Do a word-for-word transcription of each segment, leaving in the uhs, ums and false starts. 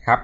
ครับ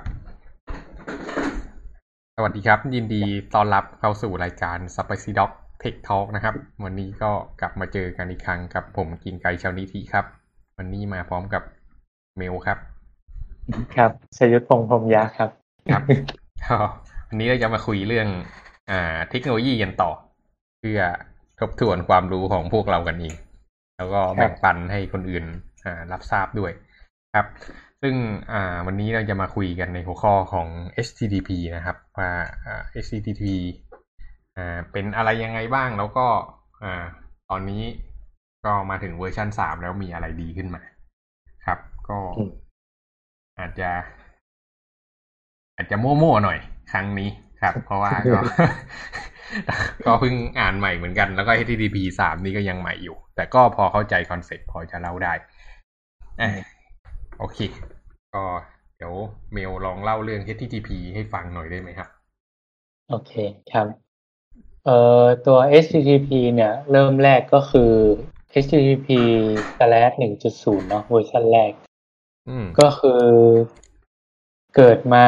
สวัสดีครับยินดีต้อนรับเข้าสู่รายการ Spicy Dog Tech Talk นะครับวันนี้ก็กลับมาเจอกันอีกครั้งกับผมกินไก่ชาวนิธิครับวันนี้มาพร้อมกับเมลครับครับชยุทธพงษ์พรหมยะครับครับวันนี้เราจะมาคุยเรื่องอ่าเทคโนโลยีกันต่อเพื่อทบทวนความรู้ของพวกเรากันเองแล้วก็แบ่งปันให้คนอื่นอ่ารับทราบด้วยครับซึ่งอ่าวันนี้เราจะมาคุยกันในหัวข้อของ เอช ที ที พี นะครับว่าอ่า เอช ที ที พี อ่าเป็นอะไรยังไงบ้างแล้วก็อ่าตอนนี้ก็มาถึงเวอร์ชันสามแล้วมีอะไรดีขึ้นมาครับก็อาจจะอาจจะมั่วๆหน่อยครั้งนี้ครับเพราะว่าก็ ก็เพิ่งอ่านใหม่เหมือนกันแล้วก็ เอช ที ที พี สามนี่ก็ยังใหม่อยู่แต่ก็พอเข้าใจคอนเซ็ปต์พอจะเล่าได้อ่ะโอเคก็เดี๋ยวเมลลองเล่าเรื่อง เอช ที ที พี ให้ฟังหน่อยได้ไหมครับโอเคครับเอ่อตัว เอช ที ที พี เนี่ยเริ่มแรกก็คือ เอช ที ที พี หนึ่งจุดศูนย์ เนาะเวอร์ชันแรกก็คือเกิดมา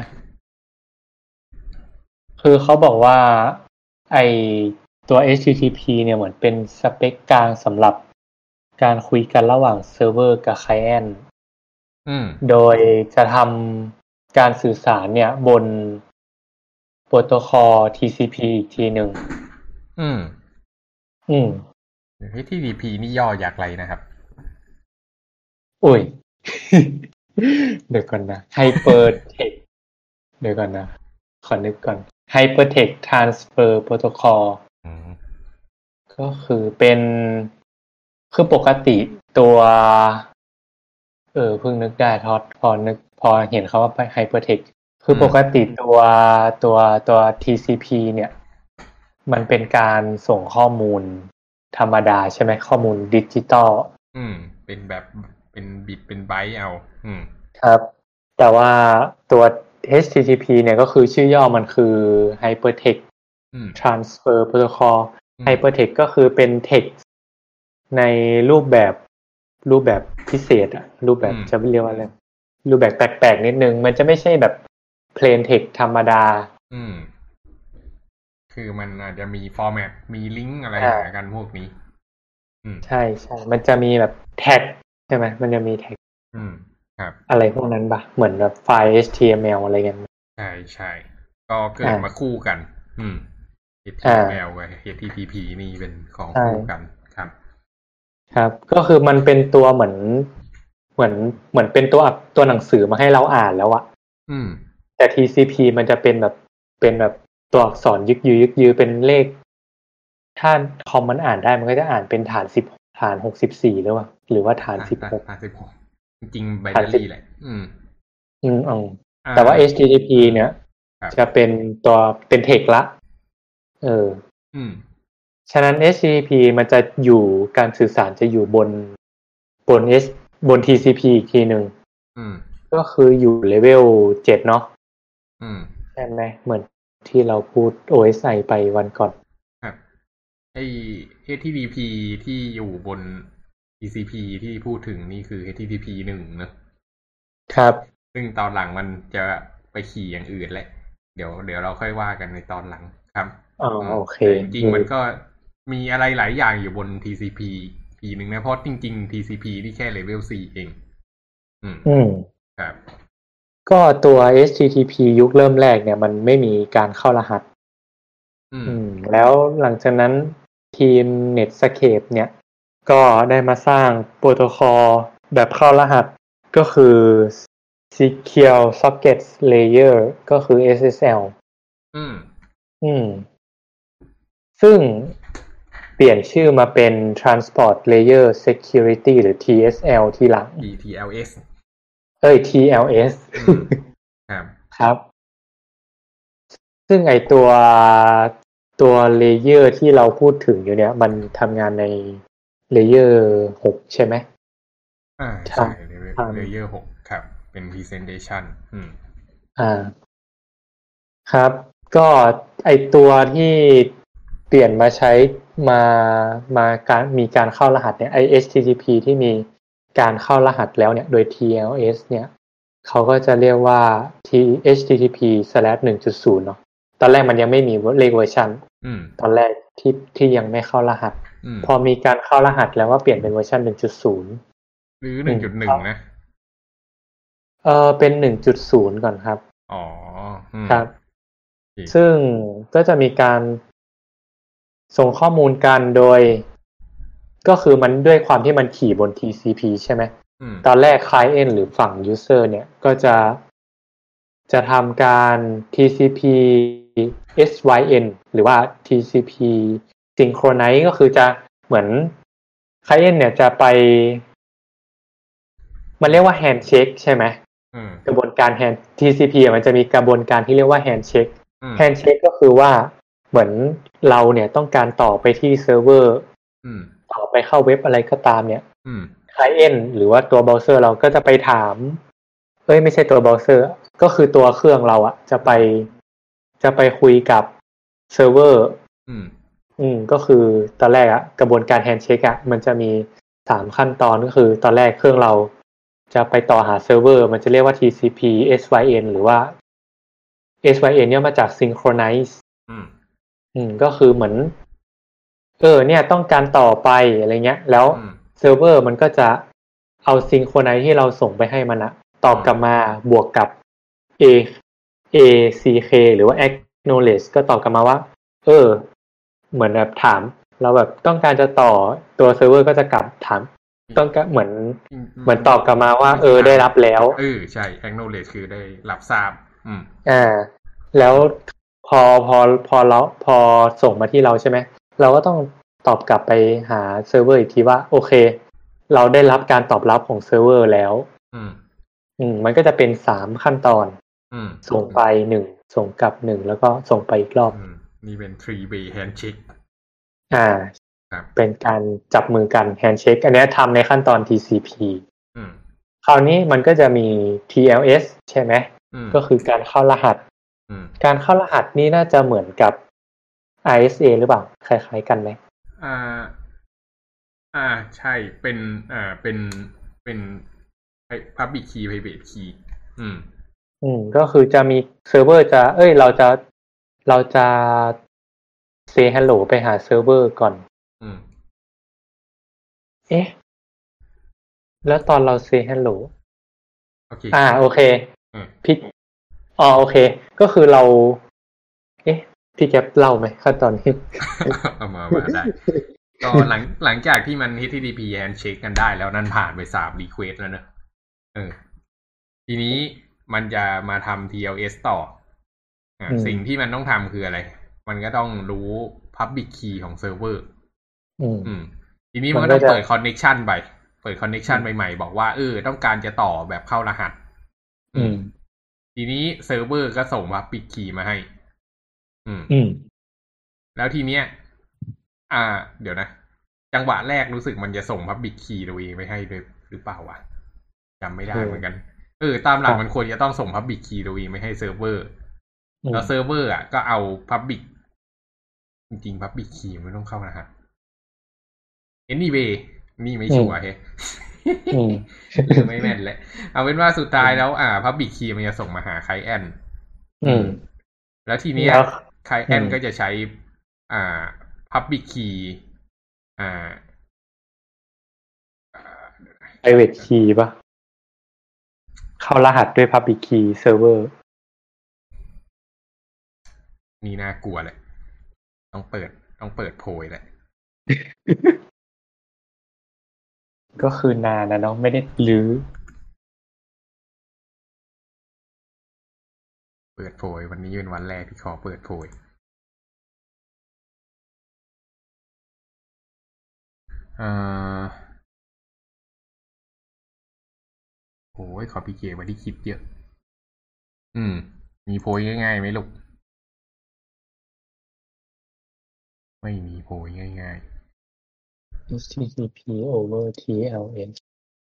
คือเขาบอกว่าไอตัว เอช ที ที พี เนี่ยเหมือนเป็นสเปคกลางสำหรับการคุยกันระหว่างเซิร์ฟเวอร์กับไคลเอนต์โดยจะทำการสื่อสารเนี่ยบนโปรโตคอล ที ซี พี อีกทีหนึ่งอืมอืมเอช ที ที พี นี่ย่อจากอะไรนะครับอุ้ย เดี๋ยวก่อนนะ Hypertext เดี๋ยวก่อนนะ ขอนึกก่อน Hypertext Transfer Protocol ก็คือเป็น คือปกติตัว เออเพิ่งนึกได้ทอดพอนึกพอเห็นคำว่า Hypertext คือปกติตัวตัวตัว ที ซี พี เนี่ย มันเป็นการส่งข้อมูลธรรมดาใช่ไหมข้อมูลดิจิตอลอืมเป็นแบบเป็นบิตเป็นไบต์เอาอืมครับแต่ว่าตัว เอช ที ที พี เนี่ยก็คือชื่อย่อมันคือ Hypertext Transfer Protocol Hypertext ก็คือเป็น text ในรูปแบบรูปแบบพิเศษอะรูปแบบจะเรียกว่าอะไรรูปแบบแปลกๆนิดนึงมันจะไม่ใช่แบบ plain text ธรรมดาอืมคือมันอาจจะมีฟอร์แมตมีลิงก์อะไรหากันพวกนี้อืมใช่ใช่มันจะมีแบบแท็กใช่ไหมมันจะมีแท็กอืมครับอะไรพวกนั้นปะเหมือนแบบไฟล์ เอช ที เอ็ม แอล อะไรกันใช่ใช่ก็เกิดมาคู่กันอืม เอช ที เอ็ม แอล กับ เอช ที ที พี นี่เป็นของคู่กันครับครับก็คือมันเป็นตัวเหมือนเหมือนเหมือนเป็นตัวตัวหนังสือมาให้เราอ่านแล้วอะอืมแต่ ที ซี พี มันจะเป็นแบบเป็นแบบตัวอักษรยึกยือยึกยือเป็นเลขถ้าคอมมันอ่านได้มันก็จะอ่านเป็นฐานสิบฐานหกสิบสี่หรือว่าหรือว่าฐานสิบหกฐานสิบหกจริงๆไบนารี่แหละอืมอืมอืมแต่ว่า เอช ที ที พี เนี่ยจะเป็นตัวเป็นเทคละเอออืมฉะนั้น เอช ที ที พี มันจะอยู่การสื่อสารจะอยู่บนบน S บน ที ซี พี อีกทีหนึ่งก็คืออยู่เลเวลเจ็ดเนาะใช่ไหมเหมือนที่เราพูด โอ เอส ไอ ไปวันก่อนครับไอ้ เอช ที ที พี ที่อยู่บน ที ซี พี ที่พูดถึงนี่คือ เอช ที ที พี หนึ่งนะครับซึ่งตอนหลังมันจะไปขี่อย่างอื่นแหละเดี๋ยวเดี๋ยวเราค่อยว่ากันในตอนหลังครับอ๋อโอเคจริงๆมันก็มีอะไรหลายอย่างอยู่บน ที ซี พี พีหนึ่งนะเพราะจริงๆ ที ซี พี ที่แค่เลเวลสี่เองอืมอืมครับก็ตัว เอช ที ที พี ยุคเริ่มแรกเนี่ยมันไม่มีการเข้ารหัสอืมแล้วหลังจากนั้นทีม Netscape เนี่ยก็ได้มาสร้างโปรโตคอลแบบเข้ารหัสก็คือ Secure Sockets Layer ก็คือ เอส เอส แอลอืมอืมซึ่งเปลี่ยนชื่อมาเป็น Transport Layer Security หรือ ที เอส แอล ทีหลังที แอล เอสเอ้ย ที แอล เอสครับครับซึ่งไอตัวตัวเลเยอร์ที่เราพูดถึงอยู่เนี่ยมันทำงานในเลเยอร์หกใช่ไหมอ่าใช่เลเยอร์หกครับเป็น presentation อืมอ่าครับก็ไอตัวที่เปลี่ยนมาใช้มามาการมีการเข้ารหัสเนี่ยไอ เอช ที ที พี ที่มีการเข้ารหัสแล้วเนี่ยโดย ที แอล เอส เนี่ยเขาก็จะเรียกว่า เอช ที ที พี สแลช หนึ่งจุดศูนย์ เนาะตอนแรกมันยังไม่มีเลขเวอร์ชันตอนแรกที่ที่ยังไม่เข้ารหัสพอมีการเข้ารหัสแล้วว่าเปลี่ยนเป็นเวอร์ชัน หนึ่งจุดศูนย์หรือ หนึ่งจุดหนึ่ง นะเออเป็น หนึ่งจุดศูนย์ ก่อนครับอ๋อครับซึ่งก็จะมีการส่งข้อมูลกันโดยก็คือมันด้วยความที่มันขี่บน ที ซี พี ใช่ไหมตอนแรก Client หรือฝั่ง User เนี่ยก็จะจะทำการ ที ซี พี เอส วาย เอ็น หรือว่า ที ซี พี Synchronize ก็คือจะเหมือน Client เนี่ยจะไปมันเรียกว่า Handshake ใช่ไหมกระบวนการ Hand ที ซี พี มันจะมีกระบวนการที่เรียกว่า Handshake Handshake ก็คือว่าเหมือนเราเนี่ยต้องการต่อไปที่เซิร์ฟเวอร์ต่อไปเข้าเว็บอะไรก็ตามเนี่ย Client หรือว่าตัวเบราว์เซอร์เราก็จะไปถามเอ้ยไม่ใช่ตัวเบราว์เซอร์ก็คือตัวเครื่องเราอะจะไปจะไปคุยกับเซิร์ฟเวอร์อืมอืมก็คือตอนแรกอะกระบวนการ Handshake อะมันจะมีสามขั้นตอนก็คือตอนแรกเครื่องเราจะไปต่อหาเซิร์ฟเวอร์มันจะเรียกว่า ที ซี พี เอส วาย เอ็น หรือว่า เอส วาย เอ็น เนี่ยมาจาก Synchronize อืมอืมก็คือเหมือนเออเนี่ยต้องการต่อไปอะไรเงี้ยแล้วเซิร์ฟเวอร์มันก็จะเอา Synchronize ที่เราส่งไปให้มันอะตอบกลับมาบวกกับ A A C K หรือว่า acknowledge ก็ตอบกลับมาว่าเออเหมือนแบบถามเราแบบต้องการจะต่อตัวเซิร์ฟเวอร์ก็จะกลับถามต้องการเหมือนเหมือนตอบกลับมาว่าเออได้รับแล้วเออใช่ acknowledge คือได้รับทราบอืมอ่าแล้วพอพอพอเราพอส่งมาที่เราใช่ไหมเราก็ต้องตอบกลับไปหาเซิร์ฟเวอร์อีกทีว่าโอเคเราได้รับการตอบรับของเซิร์ฟเวอร์แล้วอืมอืมมันก็จะเป็นสามขั้นตอนอืมส่งไปหนึ่งส่งกลับหนึ่งแล้วก็ส่งไปอีกรอบนี่เป็น three way handshake อ่าเป็นการจับมือกัน handshake อันนี้ทำในขั้นตอน ที ซี พี อืมคราวนี้มันก็จะมี ที แอล เอส ใช่ไหมก็คือการเข้ารหัสการเข้ารหัสนี่น่าจะเหมือนกับ ไอ เอส เอ หรือเปล่าคล้ายๆกันไหมอ่าอ่าใช่เป็นอ่าเป็นเป็น public key private key อืมอืมก็คือจะมีเซิร์ฟเวอร์จะเอ้ยเราจะเราจะ say hello ไปหาเซิร์ฟเวอร์ก่อนอืมเอ๊ะแล้วตอนเรา say hello โอเคอ่าโอเคพี่อ๋อโอเคก็คือเราเอ๊ะพี่แกเล่าไหมขั้นตอนนี้เอามาว่าได้ก็หลังหลังจากที่มัน เอช ที ที พี handshake กันได้แล้วนั่นผ่านไปสาม request แล้วเนอะเออทีนี้มันจะมาทำ ที แอล เอส ต่ออ่าสิ่งที่มันต้องทำคืออะไรมันก็ต้องรู้ public key ของเซิร์ฟเวอร์อืมทีนี้มันก็ต้องเปิด connection ไปเปิด connection ใหม่ๆบอกว่าเออต้องการจะต่อแบบเข้ารหัสอืมทีนี้เซิร์ฟเวอร์ก็ส่ง public key มาให้อืมอืมแล้วทีเนี้ยอ่าเดี๋ยวนะจังหวะแรกรู้สึกมันจะส่ง public key ตัวเองไปให้ด้วยหรือเปล่าวะจำไม่ได้เหมือนกันเออตามหลักมันควรจะต้องส่ง public key ตัวเองไปให้เซิร์ฟเวอร์แล้วเซิร์ฟเวอร์อ่ะก็เอา public จริงๆ public key ไม่ต้องเข้ารหัส anyway นี่ไม่ชัวร์เฮ้ไม่แม่นเลยเอาเป็นว่าสุดท้ายแล้วอ่า public key มันจะส่งมาหา client อืมแล้วทีนี้ client ก็จะใช้อ่า public key อ่า private key ป่ะเข้ารหัสด้วย public key server นี่น่ากลัวเลยต้องเปิดต้องเปิดโพยแหละก็คือนานนะเนาะไม่ได้ลื้อเปิดโพยวันนี้เป็นวันแรกที่ขอเปิดโพยอ่าโอ้ยขอพี่เกมาที่คลิปเยอะอืมมีโพยง่ายๆไหมลูกไม่มีโพยง่ายๆเอช ที ที พี over ที แอล เอส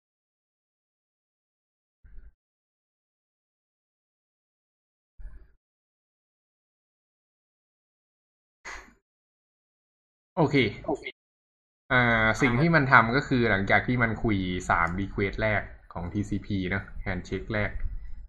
โอเคอ่าสิ่งที่มันทำก็คือหลังจากที่มันคุยสาม request แรกของ ที ซี พี นะ handshake แรก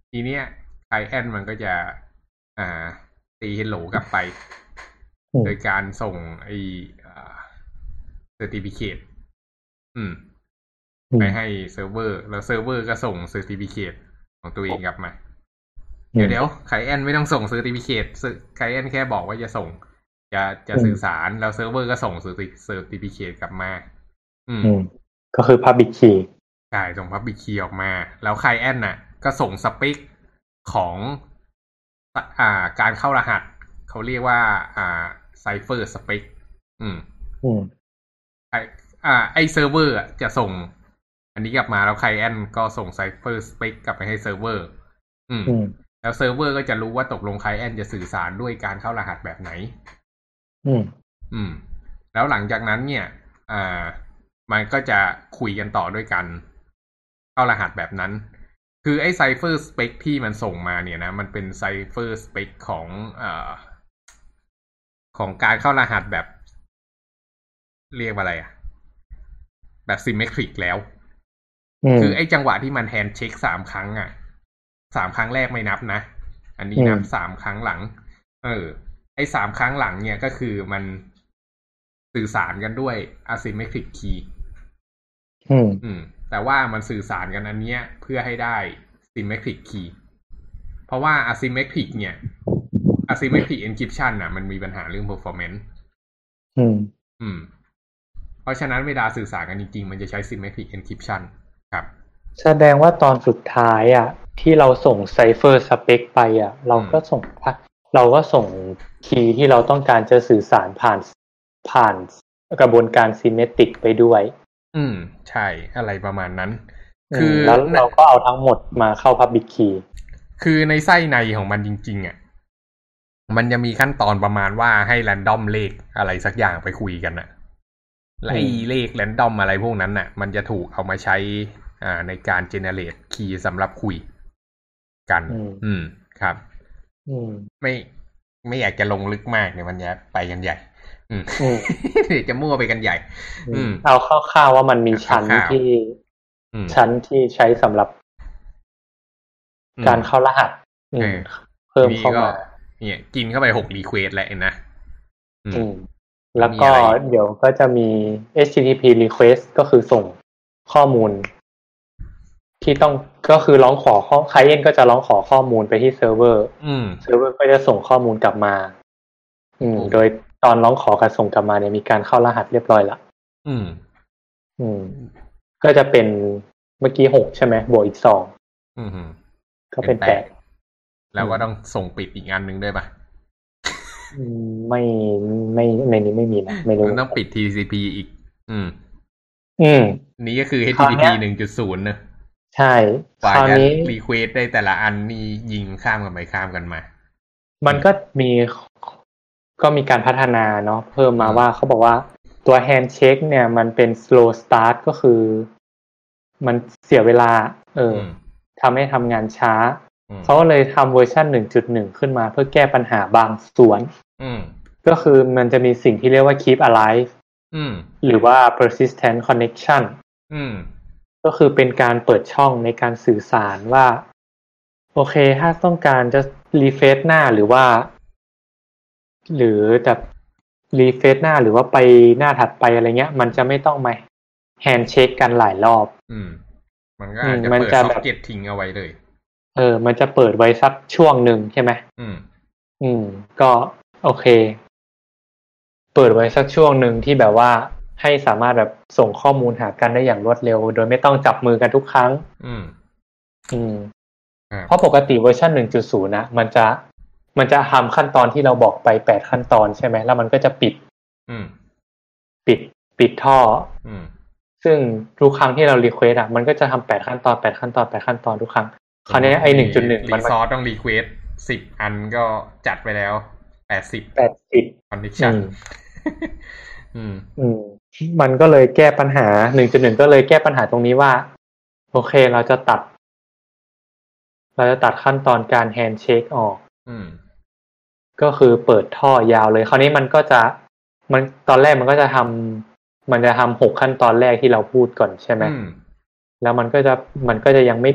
ทีเนี้ยไคลเอนต์มันก็จะอ่าตีเฮลโหลกลับไปโดยการส่งไอ้เซอร์ติฟิเคตอืมไปให้เซิร์ฟเวอร์แล้วเซิร์ฟเวอร์ก็ส่งเซอร์ติฟิเคตของตัวเองกลับมาเดี๋ยวเดี๋ยวไคลเอนต์ไม่ต้องส่งเซอร์ติฟิเคตไคลเอนต์แค่บอกว่าจะส่งจะจะสื่อสารแล้วเซิร์ฟเวอร์ก็ส่งเซอร์ติฟิเคตกลับมาอืมก็คือ Public Key ใช่ส่ง Public Key ออกมาแล้วไคลเอนต์น่ะก็ส่งสเปคของอ่าการเข้ารหัสเขาเรียกว่าอ่าไซเฟอร์สเปคอืมอืมไออ่าไอเซิร์ฟเวอร์จะส่งอันนี้กลับมาแล้วไคลเอนต์ก็ส่งไซเฟอร์สเปคกลับไปให้เซิร์ฟเวอร์อืมแล้วเซิร์ฟเวอร์ก็จะรู้ว่าตกลงไคลเอนต์จะสื่อสารด้วยการเข้ารหัสแบบไหนอืมอืมแล้วหลังจากนั้นเนี่ยอ่ามันก็จะคุยกันต่อด้วยกันเข้ารหัสแบบนั้นคือไอ้ไซเฟอร์สเปคที่มันส่งมาเนี่ยนะมันเป็นไซเฟอร์สเปคของอ่าของการเข้ารหัสแบบเรียกว่าอะไรอ่ะแบบซิมเมทริกแล้วคือไอ้จังหวะที่มันแฮนด์เช็คสามครั้งอ่ะสามครั้งแรกไม่นับนะอันนี้นับสามครั้งหลังเออไอ้สามครั้งหลังเนี่ยก็คือมันสื่อสารกันด้วย asymmetric key อืมอืมแต่ว่ามันสื่อสารกันอันเนี้ยเพื่อให้ได้ symmetric key เพราะว่า asymmetric เนี่ย asymmetric encryption น่ะมันมีปัญหาเรื่อง performance อืมอืมเพราะฉะนั้นเวลาสื่อสารกันจริงๆมันจะใช้ symmetric encryption ครับแสดงว่าตอนสุดท้ายอ่ะที่เราส่งไซเฟอร์สเปคไปอ่ะเราก็ส่งเราก็ส่งคีย์ที่เราต้องการจะสื่อสารผ่านผ่านกระบวนการซิมเมตริกไปด้วยอืมใช่อะไรประมาณนั้นคือแล้วเราก็เอาทั้งหมดมาเข้า Public Key คือในไส้ในของมันจริงๆอ่ะมันจะมีขั้นตอนประมาณว่าให้แรนดอมเลขอะไรสักอย่างไปคุยกันน่ะและไอ้เลขแรนดอมอะไรพวกนั้นน่ะมันจะถูกเอามาใช้อ่าในการเจเนเรตคีย์สำหรับคุยกันอืมครับอืมไม่ไม่อยากจะลงลึกมากเนี่ยมันจะไปกันใหญ่อืมเดี๋ยวจะมั่วไปกันใหญ่อืมเอาคร่าวๆว่ามันมีชั้นที่ชั้นที่ใช้สำหรับการเข้ารหัสเพิ่มเข้ามาเนี่ยกินเข้าไปหกรีเควสแล้วนะอืมแล้วก็เดี๋ยวก็จะมี เอช ที ที พี request ก็คือส่งข้อมูลที่ต้องก็คือร้องขอข้อไคลเอนต์ก็จะร้องขอข้อมูลไปที่เซิร์ฟเวอร์เซิร์ฟเวอร์ก็จะส่งข้อมูลกลับมาอืมโดยตอนร้องขอกับส่งกลับมาเนี่ยมีการเข้ารหัสเรียบร้อยละอืมอืมก็จะเป็นเมื่อกี้หกใช่ไหมบวกอีกสองอืมก็เป็นแปดแล้วก็ต้องส่งปิดอีกงานหนึ่งด้วยป่ะไม่ไม่ในนี้ไม่มีนะไม่รู้ต้องปิด ที ซี พี อีกอืมอืมนี้ก็คือ เอช ที ที พี หนึ่งจุดศูนย์ เนอะใช่คราวนี้รีเควสได้แต่ละอันนี่ยิงข้ามกันไปข้ามกันมามันก็มีก็มีการพัฒนาเนาะเพิ่มมาว่าเขาบอกว่าตัวแฮนด์เช็คเนี่ยมันเป็น slow start ก็คือมันเสียเวลาเออทำให้ทำงานช้าเขาก็เลยทำเวอร์ชัน หนึ่งจุดหนึ่ง ขึ้นมาเพื่อแก้ปัญหาบางส่วนก็คือมันจะมีสิ่งที่เรียกว่า keep alive หรือว่า persistent connection ก็คือเป็นการเปิดช่องในการสื่อสารว่าโอเคถ้าต้องการจะรีเฟรชหน้าหรือว่าหรือจะรีเฟรชหน้าหรือว่าไปหน้าถัดไปอะไรเงี้ยมันจะไม่ต้องมาแฮนด์เช็คกันหลายรอบอืมมันก็อาจจะเปิดซ็อกเก็ตทิ้งเอาไว้เลยเออมันจะเปิดไว้สักช่วงหนึ่งใช่ไหมอืมอืมก็โอเคเปิดไว้สักช่วงหนึ่งที่แบบว่าให้สามารถแบบส่งข้อมูลหากันได้อย่างรวดเร็วโดยไม่ต้องจับมือกันทุกครั้งอืมอืมเพราะปกติเวอร์ชัน หนึ่งจุดศูนย์ นะมันจะมันจะทำขั้นตอนที่เราบอกไปแปดขั้นตอนใช่ไหมแล้วมันก็จะปิดอืมปิดปิดท่ออืมซึ่งทุกครั้งที่เรารีเควสอ่ะมันก็จะทำแปดขั้นตอนแปดขั้นตอนแปดขั้นตอนทุกครั้งคราวนี้ไอ้ หนึ่งจุดหนึ่งมันรีซอสต้องรีเควสสิบอันก็จัดไปแล้วแปดสิบแปดสิบคอนดิชั่นอืมอืมมันก็เลยแก้ปัญหา หนึ่งจุดหนึ่ง ก็เลยแก้ปัญหาตรงนี้ว่าโอเคเราจะตัดเราจะตัดขั้นตอนการแฮนด์เช็คออกอืมก็คือเปิดท่อยาวเลยคราวนี้มันก็จะมันตอนแรกมันก็จะทำมันจะทำหกขั้นตอนแรกที่เราพูดก่อนใช่ไหมแล้วมันก็จะมันก็จะยังไม่ปิด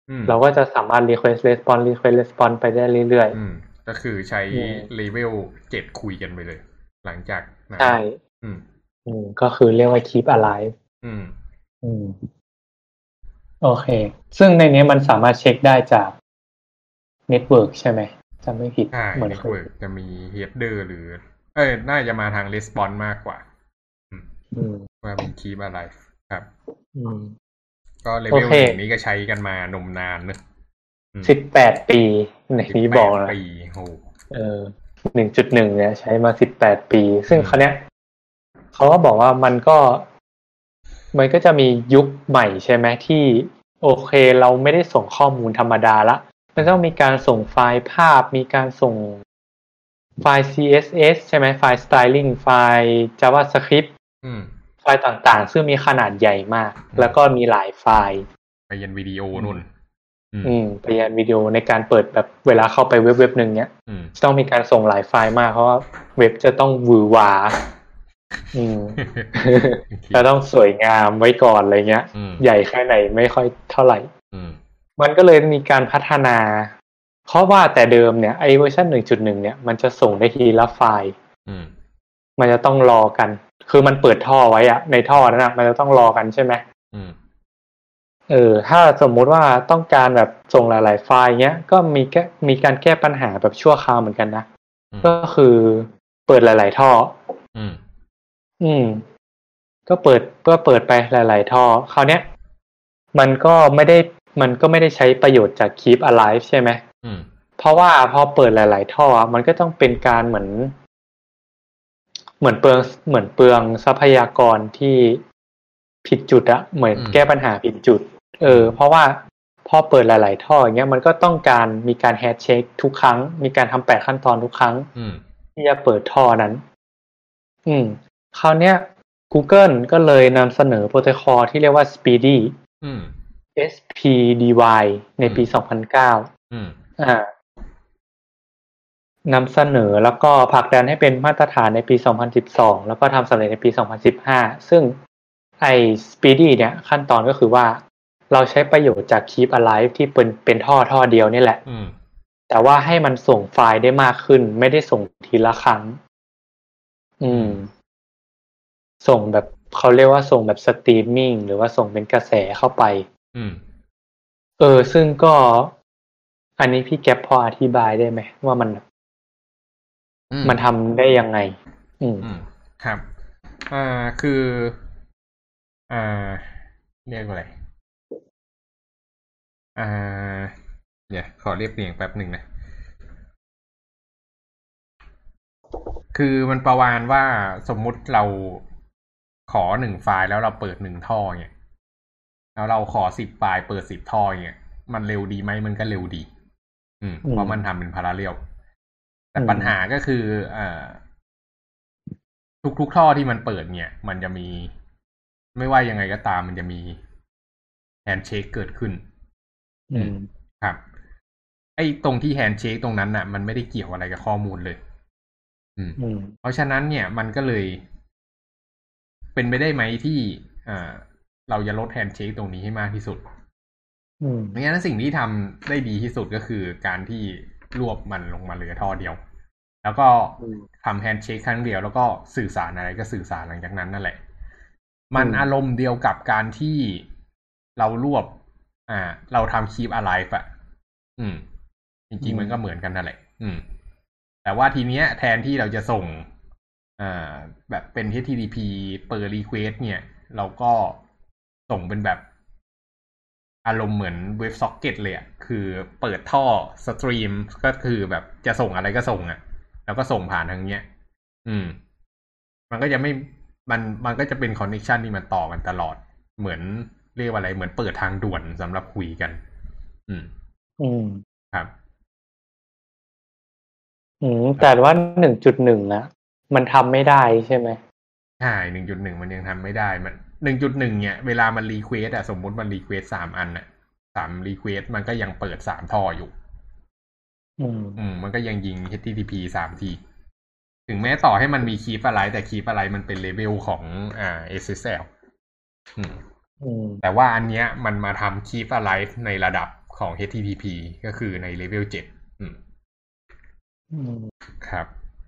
เราก็จะสามารถ request response request response ไปได้เรื่อยๆก็คือใช้เลเวลเจ็ดคุยกันไปเลยหลังจากใช่อืมอืมก็คือเรียกว่า keep alive อืมอืมโอเคซึ่งในนี้มันสามารถเช็คได้จาก network ใช่ไหมจำไม่ผิดเหมือน network จะมี header หรือเอ้ยน่าจะมาทาง response มากกว่าอืมว่าเป็น keep alive ครับอืมก็เลเวลหนึ่งนี้ก็ใช้กันมานมนานเนอะสิบแปดปีในนี้บอกนะปีโหเออ หนึ่งจุดหนึ่ง เนี่ยใช้มาสิบแปดปีซึ่งคราวเนี้ยเขาก็บอกว่ามันก็มันก็จะมียุคใหม่ใช่ไหมที่โอเคเราไม่ได้ส่งข้อมูลธรรมดาละมันต้องมีการส่งไฟล์ภาพมีการส่งไฟล์ ซี เอส เอส ใช่ไหมไฟล์ styling ไฟล์ JavaScript ไฟล์ต่างๆซึ่งมีขนาดใหญ่มากแล้วก็มีหลายไฟล์ไปยันวิดีโอนู่นอืมไปยันวิดีโอในการเปิดแบบเวลาเข้าไปเว็บเว็บหนึ่งเนี้ยต้องมีการส่งหลายไฟล์มากเพราะว่าเว็บจะต้องหวือหวาอืมจะต้องสวยงามไว้ก่อนอะไรเงี้ยใหญ่แค่ไหนไม่ค่อยเท่าไหร่มันก็เลยมีการพัฒนาเพราะว่าแต่เดิมเนี่ยไอเวอร์ชัน หนึ่งจุดหนึ่ง เนี่ยมันจะส่งได้ทีละไฟล์มันจะต้องรอกันคือมันเปิดท่อไว้อะในท่อนั้นนะมันจะต้องรอกันใช่ไหมเออถ้าสมมุติว่าต้องการแบบส่งหลายๆไฟล์เงี้ยก็มีแก้มีการแก้ปัญหาแบบชั่วคราวเหมือนกันนะก็คือเปิดหลายๆท่ออืมอืมก็เปิดก็เปิดไปหลายๆท่อคราวเนี้ยมันก็ไม่ได้มันก็ไม่ได้ใช้ประโยชน์จาก Keep Alive ใช่ไหมอืมเพราะว่าพอเปิดหลายๆท่อมันก็ต้องเป็นการเหมือนเหมือนเปลืองเหมือนเปลืองทรัพยากรที่ผิดจุดอะเหมือนแก้ปัญหาผิดจุดเออเพราะว่าพอเปิดหลายๆท่ออย่างเงี้ยมันก็ต้องการมีการแฮชเช็คทุกครั้งมีการทำแปดขั้นตอนทุกครั้งที่จะเปิดท่อนั้นอืมคราวเนี้ย Google ก็เลยนำเสนอโปรโตคอลที่เรียกว่า Speedy อืม เอส พี ดี วาย ในปีสองพันเก้าอืมอ่านำเสนอแล้วก็ผลักดันให้เป็นมาตรฐานในปีสองพันสิบสองแล้วก็ทำสำเร็จในปีสองพันสิบห้าซึ่งไอ้ Speedy เนี่ยขั้นตอนก็คือว่าเราใช้ประโยชน์จาก Keep Alive ที่เป็นเป็นท่อท่อเดียวนี่แหละแต่ว่าให้มันส่งไฟล์ได้มากขึ้นไม่ได้ส่งทีละครั้งอืมส่งแบบเขาเรียกว่าส่งแบบสตรีมมิ่งหรือว่าส่งเป็นกระแสเข้าไปอืมเออซึ่งก็อันนี้พี่แก๊ปพออธิบายได้ไหมว่ามันมันทำได้ยังไงอืมครับอ่าคืออ่าเรียกว่าอะไรอ่าเดี๋ยวขอเรียบเรียงแป๊บหนึ่งนะคือมันประมาณว่าสมมุติเราขอหนึ่งไฟล์แล้วเราเปิดหนึ่งท่อเนี่ยแล้วเราขอสิบไฟล์เปิดสิบท่อเนี่ยมันเร็วดีไหมมันก็เร็วดี อืมเพราะมันทำเป็นพาราเรลแต่ปัญหาก็คืออ่าทุกทุกท่อที่มันเปิดเนี่ยมันจะมีไม่ว่ายังไงก็ตามมันจะมีแฮนด์เชคเกิดขึ้นอืมครับไอ้ตรงที่แฮนด์เชคตรงนั้นน่ะมันไม่ได้เกี่ยวอะไรกับข้อมูลเลยอืมเพราะฉะนั้นเนี่ยมันก็เลยเป็นไปได้ไหมที่อ่าเราจะลดแฮนด์เชคตรงนี้ให้มากที่สุดงั้นสิ่งที่ทำได้ดีที่สุดก็คือการที่รวบมันลงมาเหลือท่อเดียวแล้วก็ทำแฮนด์เชคครั้งเดียวแล้วก็สื่อสารอะไรก็สื่อสารหลังจากนั้นนั่นแหละมันอารมณ์เดียวกับการที่เรารวบอ่าเราทำ Keep Alive อ่ะอืมจริงๆมันก็เหมือนกันนั่นแหละอืมแต่ว่าทีเนี้ยแทนที่เราจะส่งอ่าแบบเป็น เอช ที ที พี per request เนี่ยเราก็ส่งเป็นแบบอารมณ์เหมือนเว็บซ็อกเก็ตเลยอ่ะคือเปิดท่อสตรีมก็คือแบบจะส่งอะไรก็ส่งอ่ะแล้วก็ส่งผ่านทางเนี้ยอืมมันก็จะไม่มันมันก็จะเป็นคอนเนคชันที่มันต่อกันตลอดเหมือนเรียกว่าอะไรเหมือนเปิดทางด่วนสำหรับคุยกันอืมอืมครับอืมแต่ว่า หนึ่งจุดหนึ่ง นะมันทำไม่ได้ใช่ไหมใช่ หนึ่งจุดหนึ่ง มันยังทำไม่ได้มัน หนึ่งจุดหนึ่ง เนี่ยเวลามันรีเควสอ่ะสมมุติมันรีเควสสามอันน่ะสามรีเควสมันก็ยังเปิดสามท่ออยู่อืมอืมมันก็ยังยิง เอช ที ที พี สามทีถึงแม้ต่อให้มันมีคีปอะไรแต่คีปอะไรมันเป็นเลเวลของอ่า เอส เอส แอล อืมอืมแต่ว่าอันเนี้ยมันมาทำคีปอะไรในระดับของ เอช ที ที พี ก็คือในเลเวลเจ็ดอืมครับ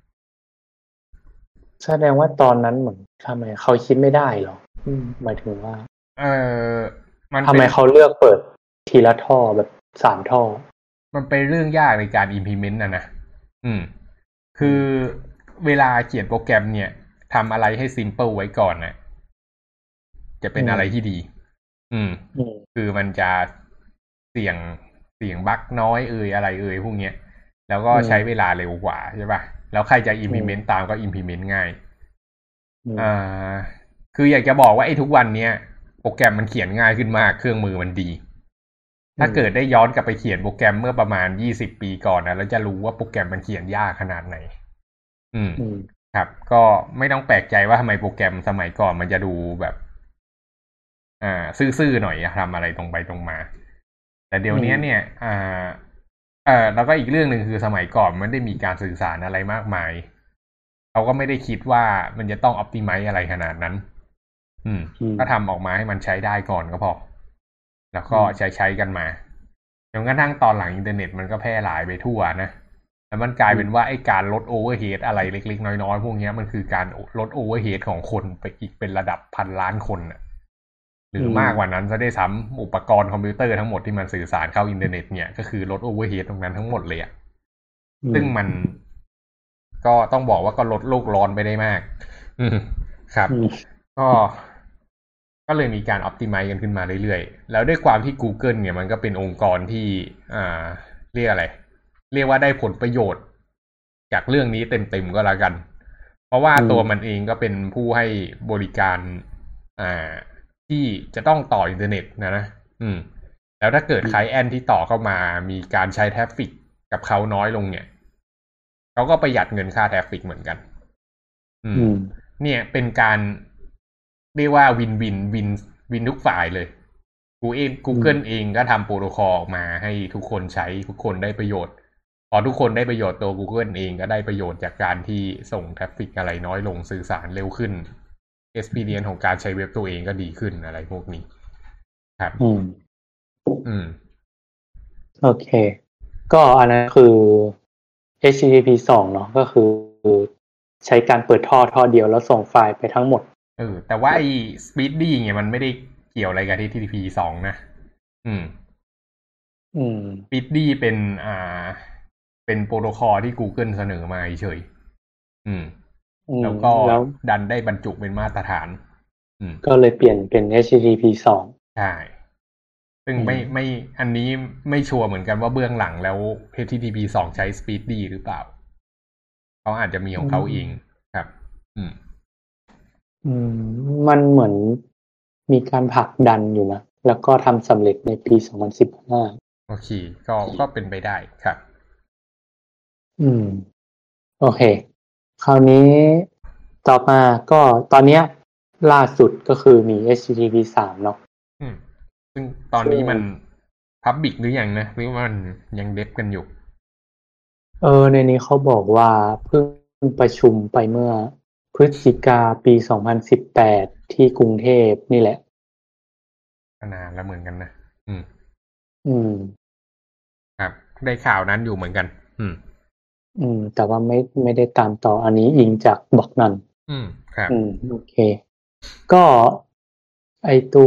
แสดงว่าตอนนั้นเหมือนทำไมเขาคิดไม่ได้หรอหมายถึงว่าเออมันทำไมเขาเลือกเปิดทีละท่อแบบสามท่อมันเป็นเรื่องยากในการ implement นะนะอืมคือเวลาเขียนโปรแกรมเนี่ยทำอะไรให้ simple ไว้ก่อนนะจะเป็นอะไรที่ดี อืมคือมันจะเสี่ยงเสี่ยงบั๊กน้อยเอ่ยอะไรเอ่ยพวกเนี้ยแล้วก็ใช้เวลาเร็วกว่าใช่ป่ะแล้วใครจะ implement ตามก็ implement ง่ายอ่าคืออยากจะบอกว่าไอ้ทุกวันเนี้ยโปรแกรมมันเขียนง่ายขึ้นมากเครื่องมือมันดีถ้าเกิดได้ย้อนกลับไปเขียนโปรแกรมเมื่อประมาณยี่สิบปีก่อนนะแล้วจะรู้ว่าโปรแกรมมันเขียนยากขนาดไหนอืมครับก็ไม่ต้องแปลกใจว่าทำไมโปรแกรมสมัยก่อนมันจะดูแบบอ่าซื่อๆหน่อยทำอะไรตรงไปตรงมาแต่เดี๋ยวนี้เนี่ยอ่าเอ่อแล้วก็อีกเรื่องหนึ่งคือสมัยก่อนมันได้มีการสื่อสารอะไรมากมายเขาก็ไม่ได้คิดว่ามันจะต้องออ p ติไมซ์อะไรขนาดนั้นอืมก็ทำออกมาให้มันใช้ได้ก่อนก็พอแล้วก็ใช้ใช้กันมาจนกระทั่งตอนหลังอินเทอร์เน็ตมันก็แพร่หลายไปทั่วนะแล้วมันกลายเป็นว่าไอ้การลดโอเวอร์เฮดอะไรเล็กๆน้อยๆพวกนี้มันคือการลดโอเวอร์เฮดของคนไปอีกเป็นระดับพันล้านคนน่ะหรือมากกว่านั้นซะได้ซ้ำอุปกรณ์คอมพิวเตอร์ทั้งหมดที่มันสื่อสารเข้าอินเทอร์เน็ตเนี่ยก็คือลดโอเวอร์เฮดตรงนั้นทั้งหมดเลยอ่ะซึ่งมันก็ต้องบอกว่าก็ลดโลกร้อนไปได้มากอืมครับก็ก็เลยมีการออ p ติไมซ์กันขึ้นมาเรื่อยๆแล้วด้วยความที่ Google เนี่ยมันก็เป็นองค์กรที่อ่าเรียกอะไรเรียกว่าได้ผลประโยชน์จากเรื่องนี้เต็มๆก็แล้วกันเพราะว่าตัวมันเองก็เป็นผู้ให้บริการอ่าที่จะต้องต่ออินเทอร์เน็ตนะนะอืมแล้วถ้าเกิดใครแอนที่ต่อเข้ามามีการใช้ทราฟฟิกกับเขาน้อยลงเนี่ยเขาก็ประหยัดเงินค่าทราฟฟิกเหมือนกันอืมเนี่ยเป็นการเรียกว่าวินวินวินวินทุกฝ่ายเลยกูเอง Google เองก็ทำโปรโตคอลออกมาให้ทุกคนใช้ทุกคนได้ประโยชน์พอทุกคนได้ประโยชน์ตัว Google เองก็ได้ประโยชน์จากการที่ส่งทราฟฟิกอะไรน้อยลงสื่อสารเร็วขึ้น experience ของการใช้เว็บตัวเองก็ดีขึ้นอะไรพวกนี้ครับอืมอืมโอเคก็อันนั้นคือ เอช ที ที พี สองเนาะก็คือใช้การเปิดท่อท่อเดียวแล้วส่งไฟล์ไปทั้งหมดเออแต่ว่าไอ้ Speedy เนี่ยมันไม่ได้เกี่ยวอะไรกับ เอช ที ที พี สองนะอืมอืม Speedy เป็นอ่าเป็นโปรโตคอลที่ Google เสนอมาเฉยอืมแล้วก็ดันได้บรรจุเป็นมาตรฐานอืมก็เลยเปลี่ยนเป็น เอช ที ที พี สองใช่ซึ่งไม่ไม่อันนี้ไม่ชัวร์เหมือนกันว่าเบื้องหลังแล้ว เอช ที ที พี สองใช้ Speedy หรือเปล่าเขาอาจจะมีของเขาเองครับอืมอืมมันเหมือนมีการผลักดันอยู่นะแล้วก็ทำสำเร็จในปีสองพันสิบห้าโอเคก็ก็เป็นไปได้ครับอืมโอเคคราวนี้ต่อมาก็ตอนเนี้ยล่าสุดก็คือมี เอช ที ที พี สามเนาะอืมซึ่งตอนนี้มัน Public หรือยังนะหรือว่ามันยังเดฟกันอยู่เออในนี้เขาบอกว่าเพิ่งประชุมไปเมื่อพฤศจิกาปีสองพันสิบแปดที่กรุงเทพนี่แหละนานแล้วเหมือนกันนะอืมอืมครับได้ข่าวนั้นอยู่เหมือนกันอืมอืมแต่ว่าไม่ไม่ได้ตามต่ออันนี้อิงจากบล็อกนั้นอืมครับอืมโอเคก็ไอตัว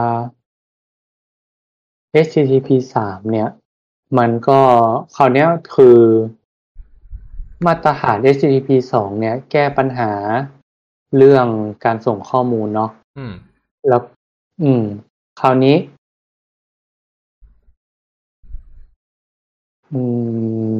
เอช ที ที พี สามเนี่ยมันก็คราวนี้คือมาตรฐาน เอช ที ที พี สองเนี่ยแก้ปัญหาเรื่องการส่งข้อมูลเนาะอืมแล้วอืมคราวนี้อืม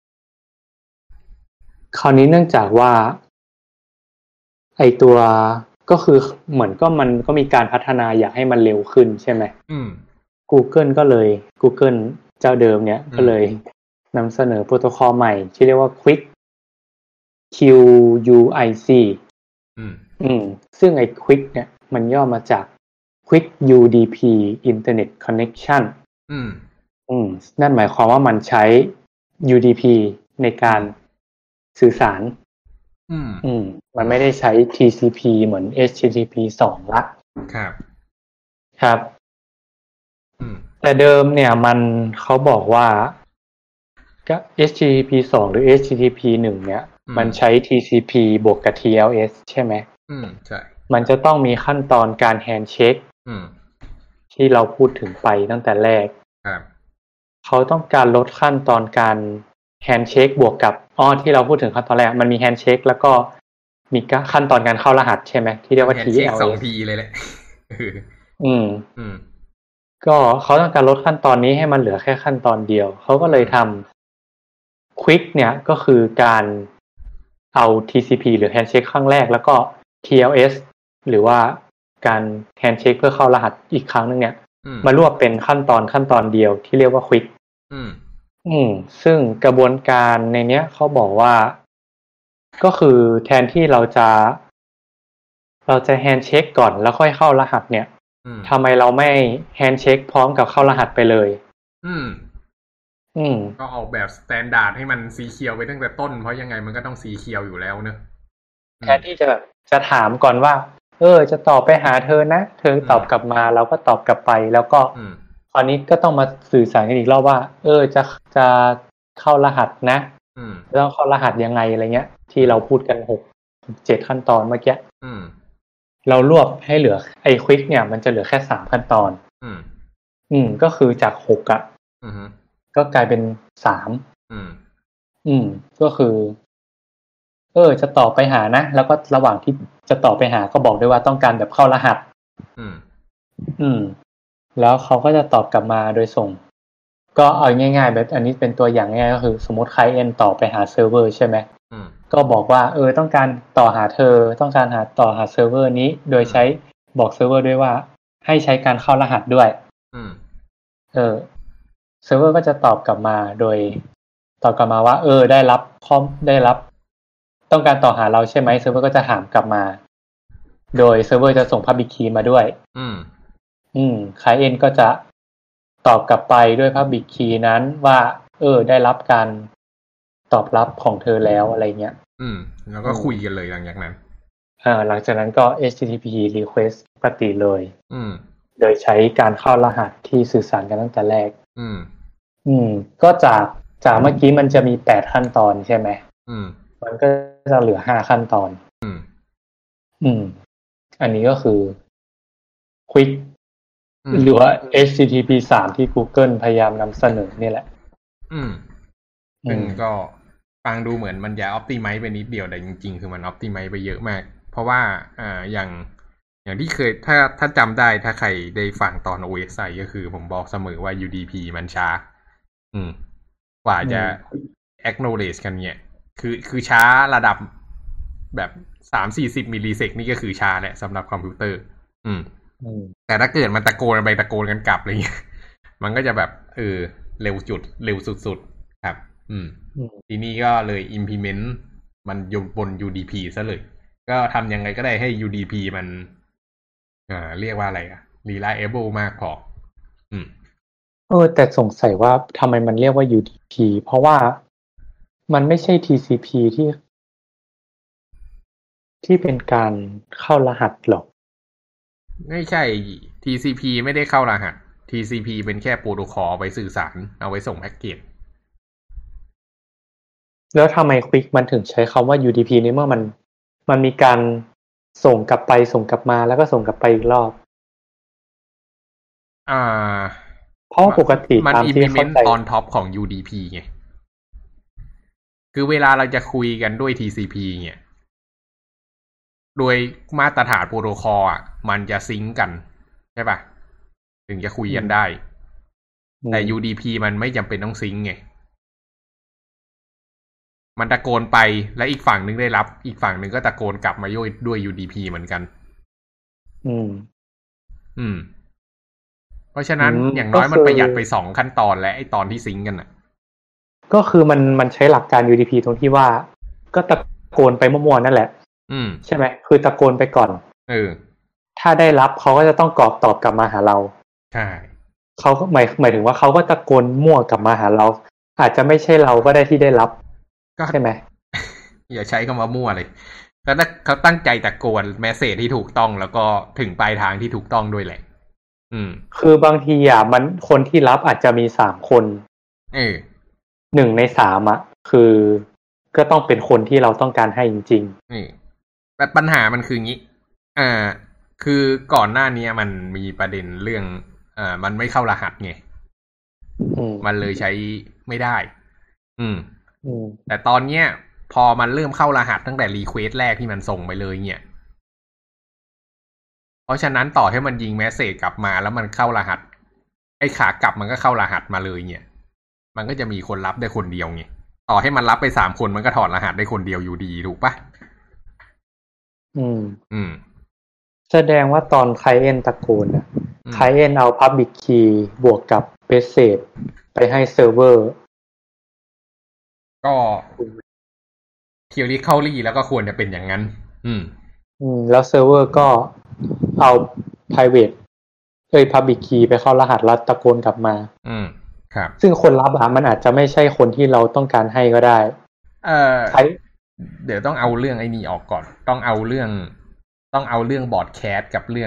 คราวนี้เนื่องจากว่าไอตัวก็คือเหมือนก็มันก็มีการพัฒนาอยากให้มันเร็วขึ้นใช่ไหมอืม Google ก็เลย Google เจ้าเดิมเนี่ยก็เลยนำเสนอโปรโตคอลใหม่ที่เรียกว่า Quick คิว ยู ไอ ซีอืมอืมซึ่งไอ้ Quick เนี่ยมันย่อมาจาก Quick ยู ดี พี Internet Connection อืมอืมนั่นหมายความว่ามันใช้ ยู ดี พี ในการสื่อสารอืมอืมมันไม่ได้ใช้ ที ซี พี เหมือน เอช ที ที พี สองละครับครับอืมแต่เดิมเนี่ยมันเขาบอกว่าก็ เอช ที ที พี สองหรือ เอช ที ที พี หนึ่งเนี่ยมันใช้ ที ซี พี บวกกับ ที แอล เอส ใช่ไหมอืมใช่มันจะต้องมีขั้นตอนการแฮนด์เช็คที่เราพูดถึงไปตั้งแต่แรกครับเขาต้องการลดขั้นตอนการแฮนด์เช็คบวกกับอ้อที่เราพูดถึงขั้นตอนแรกมันมีแฮนด์เช็คแล้วก็มีขั้นตอนการเข้ารหัสใช่ไหมที่เรียกว่า ที แอล เอสสองทีเลยแหละอืมอืมก็เขาต้องการลดขั้นตอนนี้ให้มันเหลือแค่ขั้นตอนเดียวเขาก็เลยทำ Quick เนี่ยก็คือการเอา ที ซี พี หรือ Handshake ครั้งแรกแล้วก็ ที แอล เอส หรือว่าการ Handshake เพื่อเข้ารหัสอีกครั้งนึงเนี่ยมารวบเป็นขั้นตอนขั้นตอนเดียวที่เรียกว่า Quick อืมอืมซึ่งกระบวนการในเนี้ยเขาบอกว่าก็คือแทนที่เราจะเราจะ Handshake ก่อนแล้วค่อยเข้ารหัสเนี่ยทำไมเราไม่ Handshake พร้อมกับเข้ารหัสไปเลยอืมอืมก็ออกแบบสแตนดาร์ดให้มันสีเขียวไปตั้งแต่ต้นเพราะยังไงมันก็ต้องสีเขียวอยู่แล้วเนอะแทนที่จะแบบจะถามก่อนว่าเออจะตอบไปหาเธอนะเธอตอบกลับมาเราก็ตอบกลับไปแล้วก็ตอนนี้ก็ต้องมาสื่อสารกันอีกรอบว่าเออจะจะเข้ารหัสนะต้องเข้ารหัสยังไงอะไรเงี้ยที่เราพูดกันหกเจ็ดขั้นตอนเมื่อกี้เรารวบให้เหลือไอ้ควิกเนี่ยมันจะเหลือแค่สามขั้นตอนอืมอืมก็คือจากหกอ่ะก็กลายเป็นสามอืมอืมก็คือเออจะต่อไปหานะแล้วก็ระหว่างที่จะต่อไปหาก็บอกด้วยว่าต้องการแบบเข้ารหัสอืมอืมแล้วเขาก็จะตอบกลับมาโดยส่งก็เอาง่ายๆแบบอันนี้เป็นตัวอย่างง่ายก็คือสมมติไคลเอนต์ต่อไปหาเซิร์ฟเวอร์ใช่ไหมอืมก็บอกว่าเออต้องการต่อหาเธอต้องการหาต่อหาเซิร์ฟเวอร์นี้โดยใช้บอกเซิร์ฟเวอร์ด้วยว่าให้ใช้การเข้ารหัสด้วยอืมเออเซิร์ฟเวอร์ก็จะตอบกลับมาโดยตอบกลับมาว่าเออได้รับพร้อมได้รับต้องการต่อหาเราใช่ไหมเซิร์ฟเวอร์ก็จะถามกลับมาโดยเซิร์ฟเวอร์จะส่ง Public Key มาด้วยอืมอืม Client ก็จะตอบกลับไปด้วย Public Key นั้นว่าเออได้รับการตอบรับของเธอแล้วอะไรเงี้ยอืมแล้วก็คุยกันเลยหลังจากนั้นอ่าหลังจากนั้นก็ เอช ที ที พี request ปกติเลยอืมโดยใช้การเข้ารหัสที่สื่อสารกันตั้งแต่แรกอืมอืมก็จากจากเมื่อกี้มันจะมีแปดขั้นตอนใช่ไหมอืมมันก็จะเหลือห้าขั้นตอนอืมอืมอันนี้ก็คือ Quick หรือว่า เอช ที ที พี สาม ที่ Google พยายามนำเสนอนี่แหละอืมซึ่งก็ฟังดูเหมือนมันจะ optimize ไปนิดเดียวแต่จริงๆคือมัน optimize ไปเยอะมากเพราะว่าอ่าอย่างอย่างที่เคยถ้าถ้าจำได้ถ้าใครได้ฟังตอน โอ เอส ไอ ก็คือผมบอกเสมอว่า ยู ดี พี มันช้าอืมกว่าจะ acknowledge กันเนี่ยคือคือช้าระดับแบบสามสี่สิบมิลลิเซกนี่ก็คือช้าแหละสำหรับคอมพิวเตอร์อืมแต่ถ้าเกิดมันตะโกนไปตะโกนกันกลับอะไรเงี้ยมันก็จะแบบเออเร็วจุดเร็วสุดๆครับอืมทีนี้ก็เลย implement มันอยู่บน ยู ดี พี ซะเลยก็ทำยังไงก็ได้ให้ ยู ดี พี มันอ่าเรียกว่าอะไรอะ reliable มากพออืมเออแต่สงสัยว่าทำไมมันเรียกว่า ยู ดี พี เพราะว่ามันไม่ใช่ ที ซี พี ที่ที่เป็นการเข้ารหัสหรอกไม่ใช่ ที ซี พี ไม่ได้เข้ารหัส ที ซี พี เป็นแค่โปรโตคอลไปสื่อสารเอาไว้ส่งแพ็กเกจแล้วทำไม Quick มันถึงใช้คำว่า ยู ดี พี นี่เมื่อมันมันมีการส่งกลับไปส่งกลับมาแล้วก็ส่งกลับไปอีกรอบอ่าเพราะปกติตามที่เข้าใจมัน implement on top ของ ยู ดี พี ไงคือเวลาเราจะคุยกันด้วย ที ซี พี เนี่ยโดยมาตรฐานโปรโตคอลอ่ะมันจะซิงก์กันใช่ป่ะถึงจะคุยกันได้แต่ ยู ดี พี มันไม่จำเป็นต้องซิงก์ไงมันตะโกนไปและอีกฝั่งนึงได้รับอีกฝั่งนึงก็ตะโกนกลับมาด้วยด้วย ยู ดี พี เหมือนกันอืมอืมเพราะฉะนั้นอย่างน้อยมันประหยัดไปสองขั้นตอนและไอ้ตอนที่ซิงก์กันน่ะก็คือมันมันใช้หลักการ ยู ดี พี ตรงที่ว่าก็ตะโกนไปมั่วๆนั่นแหละอืมใช่ไหมคือตะโกนไปก่อนเออถ้าได้รับเขาก็จะต้องกรอกตอบกลับมาหาเราใช่เขาหมายหมายถึงว่าเขาก็ตะโกนมั่วกลับมาหาเราอาจจะไม่ใช่เราก็ได้ที่ได้รับใช่ไหมอย่าใช้คำว่ามั่วเลยแล้วถ้าเขาตั้งใจตะโกนแมสเสจที่ถูกต้องแล้วก็ถึงปลายทางที่ถูกต้องด้วยแหละอืมคือบางทีอ่ะมันคนที่รับอาจจะมีสามคนเออหนึ่งในสามอ่ะคือก็ต้องเป็นคนที่เราต้องการให้จริงๆนี่แต่ปัญหามันคืองี้อ่าคือก่อนหน้านี้มันมีประเด็นเรื่องอ่ามันไม่เข้ารหัสไงมันเลยใช้ไม่ได้ อืมแต่ตอนเนี้ยพอมันเริ่มเข้ารหัสตั้งแต่รีเควสแรกที่มันส่งไปเลยเนี่ยเพราะฉะนั้นต่อให้มันยิงแมสเสจกลับมาแล้วมันเข้ารหัสไอ้ขากลับมันก็เข้ารหัสมาเลยเนี่ยมันก็จะมีคนรับได้คนเดียวไงต่อให้มันรับไปสามคนมันก็ถอดรหัสได้คนเดียวอยู่ดีถูกปะอืมอืมแสดงว่าตอนไคเอนตะโกนอะไคเอนเอา Public Key บวกกับ Message ไปให้เซิร์ฟเวอร์ก็เทียรี่เข้ารี่แล้วก็ควรจะเป็นอย่างนั้นอืมอืมแล้วเซิร์ฟเวอร์ก็เอา private เอ้ย public key ไปเข้ารหัสแล้วตะโกนกลับมาอืมครับซึ่งคนรับอะมันอาจจะไม่ใช่คนที่เราต้องการให้ก็ได้เออใครเดี๋ยวต้องเอาเรื่องไอ้นี่ออกก่อนต้องเอาเรื่องต้องเอาเรื่องบอร์ดแคสกับเรื่อง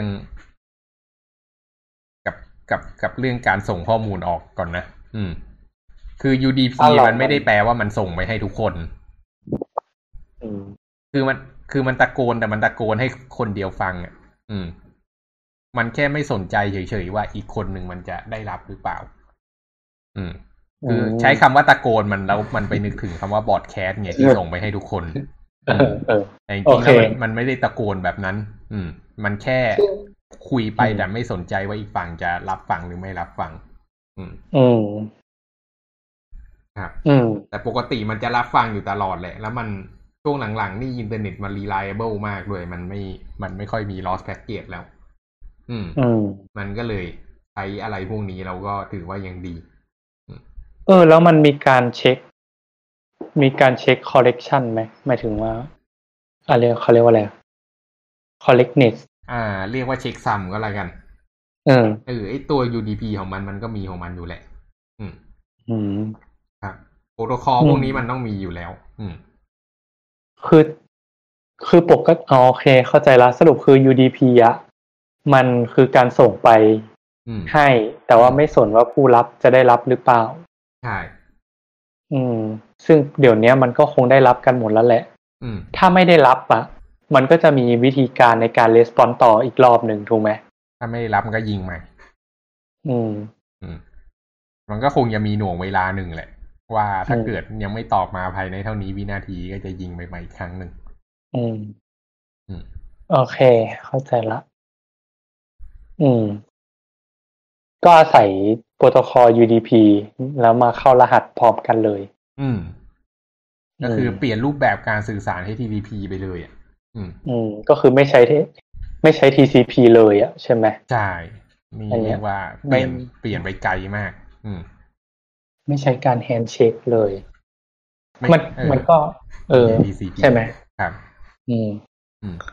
กับกับกับเรื่องการส่งข้อมูลออกก่อนนะอืมคือ ยู ดี พี มันไม่ได้แปลว่ามันส่งไปให้ทุกคนอืมคือมันคือมันตะโกนแต่มันตะโกนให้คนเดียวฟังอ่ะอืมมันแค่ไม่สนใจเฉยๆว่าอีกคนหนึ่งมันจะได้รับหรือเปล่าอืมคือใช้คำว่าตะโกนมันแล้วมันไปนึกถึงคำว่าบอร์ดแคสไงที่ส่งไปให้ทุกคนแต่จริงๆแล้วมันไม่ได้ตะโกนแบบนั้น อืมมันแค่คุยไปแต่ไม่สนใจว่าอีกฝั่งจะรับฟังหรือไม่รับฟังอืมอืมครับอืมแต่ปกติมันจะรับฟังอยู่ตลอดแหละแล้วมันช่วงหลังๆนี่อินเทอร์เน็ตมัน reliable มากด้วยมันไม่มันไม่ค่อยมี loss packet แล้วอืมอืมมันก็เลยใช้อะไรพวกนี้เราก็ถือว่ายังดีเออแล้วมันมีการเช็คมีการเช็ค correction ไหมหมายถึงว่าอะไรเขาเรียกว่าอะไร correctness อ่าเรียกว่าเช็คซัมก็แล้วกันเออเออไอตัว ยู ดี พี ของมันมันก็มีของมันอยู่แหละอืมอืมครับโปรโตคอลพวกนี้มันต้องมีอยู่แล้วอืมคือคือปกติอ๋อโอเคเข้าใจละสรุปคือ ยู ดี พี อ่ะมันคือการส่งไปให้แต่ว่าไม่สนว่าผู้รับจะได้รับหรือเปล่าใช่อืมซึ่งเดี๋ยวนี้มันก็คงได้รับกันหมดแล้วแหละอืมถ้าไม่ได้รับอ่ะมันก็จะมีวิธีการในการรีสปอนส์ต่ออีกรอบหนึ่งถูกไหมถ้าไม่ได้รับมันก็ยิงใหม่อืมอืมมันก็คงจะมีหน่วงเวลาหนึ่งแหละว่าถ้าเกิดยังไม่ตอบมาภายในเท่านี้วินาทีก็จะยิงไปใหม่อีกครั้งหนึ่งอืมอืมโอเคเข้าใจละอืมก็อาศัยโปรโตคอล ยู ดี พี แล้วมาเข้ารหัสพร้อมกันเลยอืมก็คือเปลี่ยนรูปแบบการสื่อสารให้ ที ที พี ไปเลยอ่ะอืมอืมก็คือไม่ใช้ที่ไม่ใช้ ที ซี พี เลยอ่ะใช่ไหมใช่นี่เรียกว่าเปลี่ยนเปลี่ยนไปไกลมาก อืมไม่ใช้การแฮนด์เช็คเลยมันมันก็เออใช่ไหมครับอืมอืม